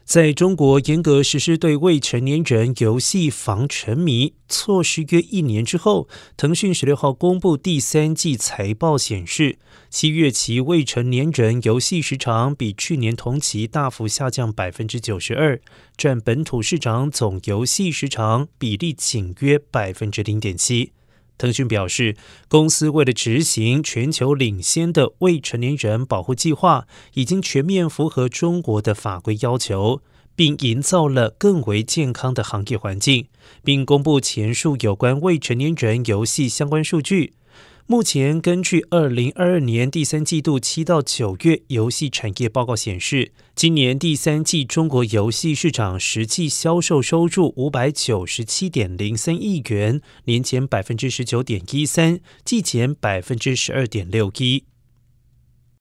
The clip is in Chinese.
在中国严格实施对未成年人游戏防沉迷措施约1年之后，腾讯16号公布第3季财报显示，7月期未成年人游戏时长比去年同期大幅下降92%，占本土市场总游戏时长比例仅约0.7%。腾讯表示，公司为了执行全球领先的未成年人保护计划，已经全面符合中国的法规要求，并营造了更为健康的行业环境，并公布前述有关未成年人游戏相关数据。目前根据2022年第3季度7到9月游戏产业报告显示，今年第3季中国游戏市场实际销售收入597.03亿元，年减19.13%，季减12.61%。